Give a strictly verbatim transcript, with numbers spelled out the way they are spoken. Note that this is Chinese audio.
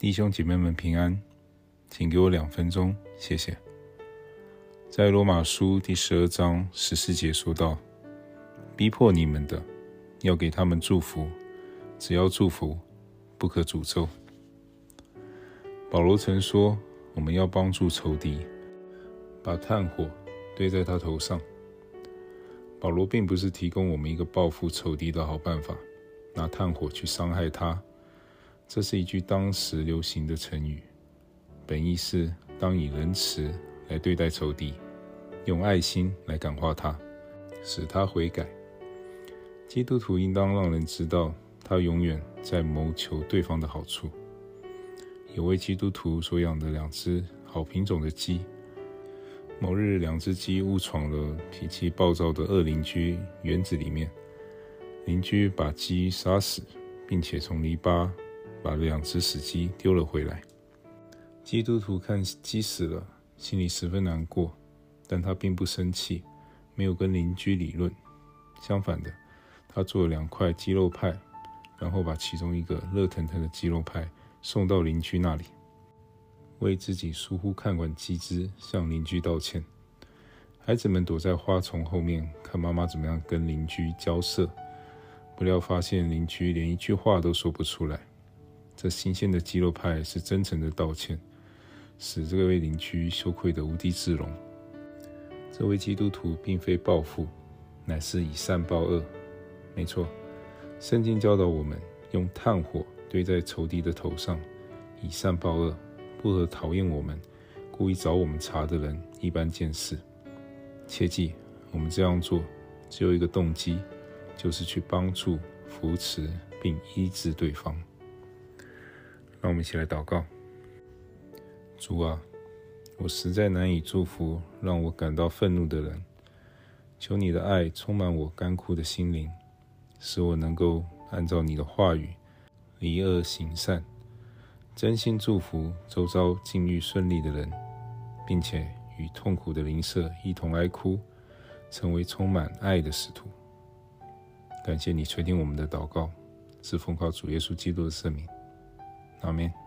弟兄姐妹们平安，请给我两分钟，谢谢。在罗马书第十二章十四节说道：逼迫你们的，要给他们祝福，只要祝福，不可诅咒。保罗曾说，我们要帮助仇敌，把炭火堆在他头上。保罗并不是提供我们一个报复仇敌的好办法，拿炭火去伤害他。这是一句当时流行的成语，本意是当以仁慈来对待仇敌，用爱心来感化他，使他悔改。基督徒应当让人知道，他永远在谋求对方的好处。有位基督徒所养的两只好品种的鸡，某日两只鸡误闯了脾气暴躁的恶邻居园子里面，邻居把鸡杀死，并且从篱笆把两只死鸡丢了回来。基督徒看鸡死了，心里十分难过，但他并不生气，没有跟邻居理论。相反的，他做了两块鸡肉派，然后把其中一个热腾腾的鸡肉派送到邻居那里，为自己疏忽看管鸡只向邻居道歉。孩子们躲在花丛后面看妈妈怎么样跟邻居交涉，不料发现邻居连一句话都说不出来。这新鲜的鸡肉派是真诚的道歉，使这位邻居羞愧得无地自容。这位基督徒并非报复，乃是以善报恶。没错，圣经教导我们用炭火堆在仇敌的头上，以善报恶，不和讨厌我们、故意找我们茬的人一般见识。切记，我们这样做只有一个动机，就是去帮助、扶持并医治对方。让我们一起来祷告。主啊，我实在难以祝福让我感到愤怒的人，求你的爱充满我干枯的心灵，使我能够按照你的话语离恶行善，真心祝福周遭境遇顺利的人，并且与痛苦的邻舍一同哀哭，成为充满爱的使徒。感谢你垂听我们的祷告，是奉靠主耶稣基督的圣名，阿们。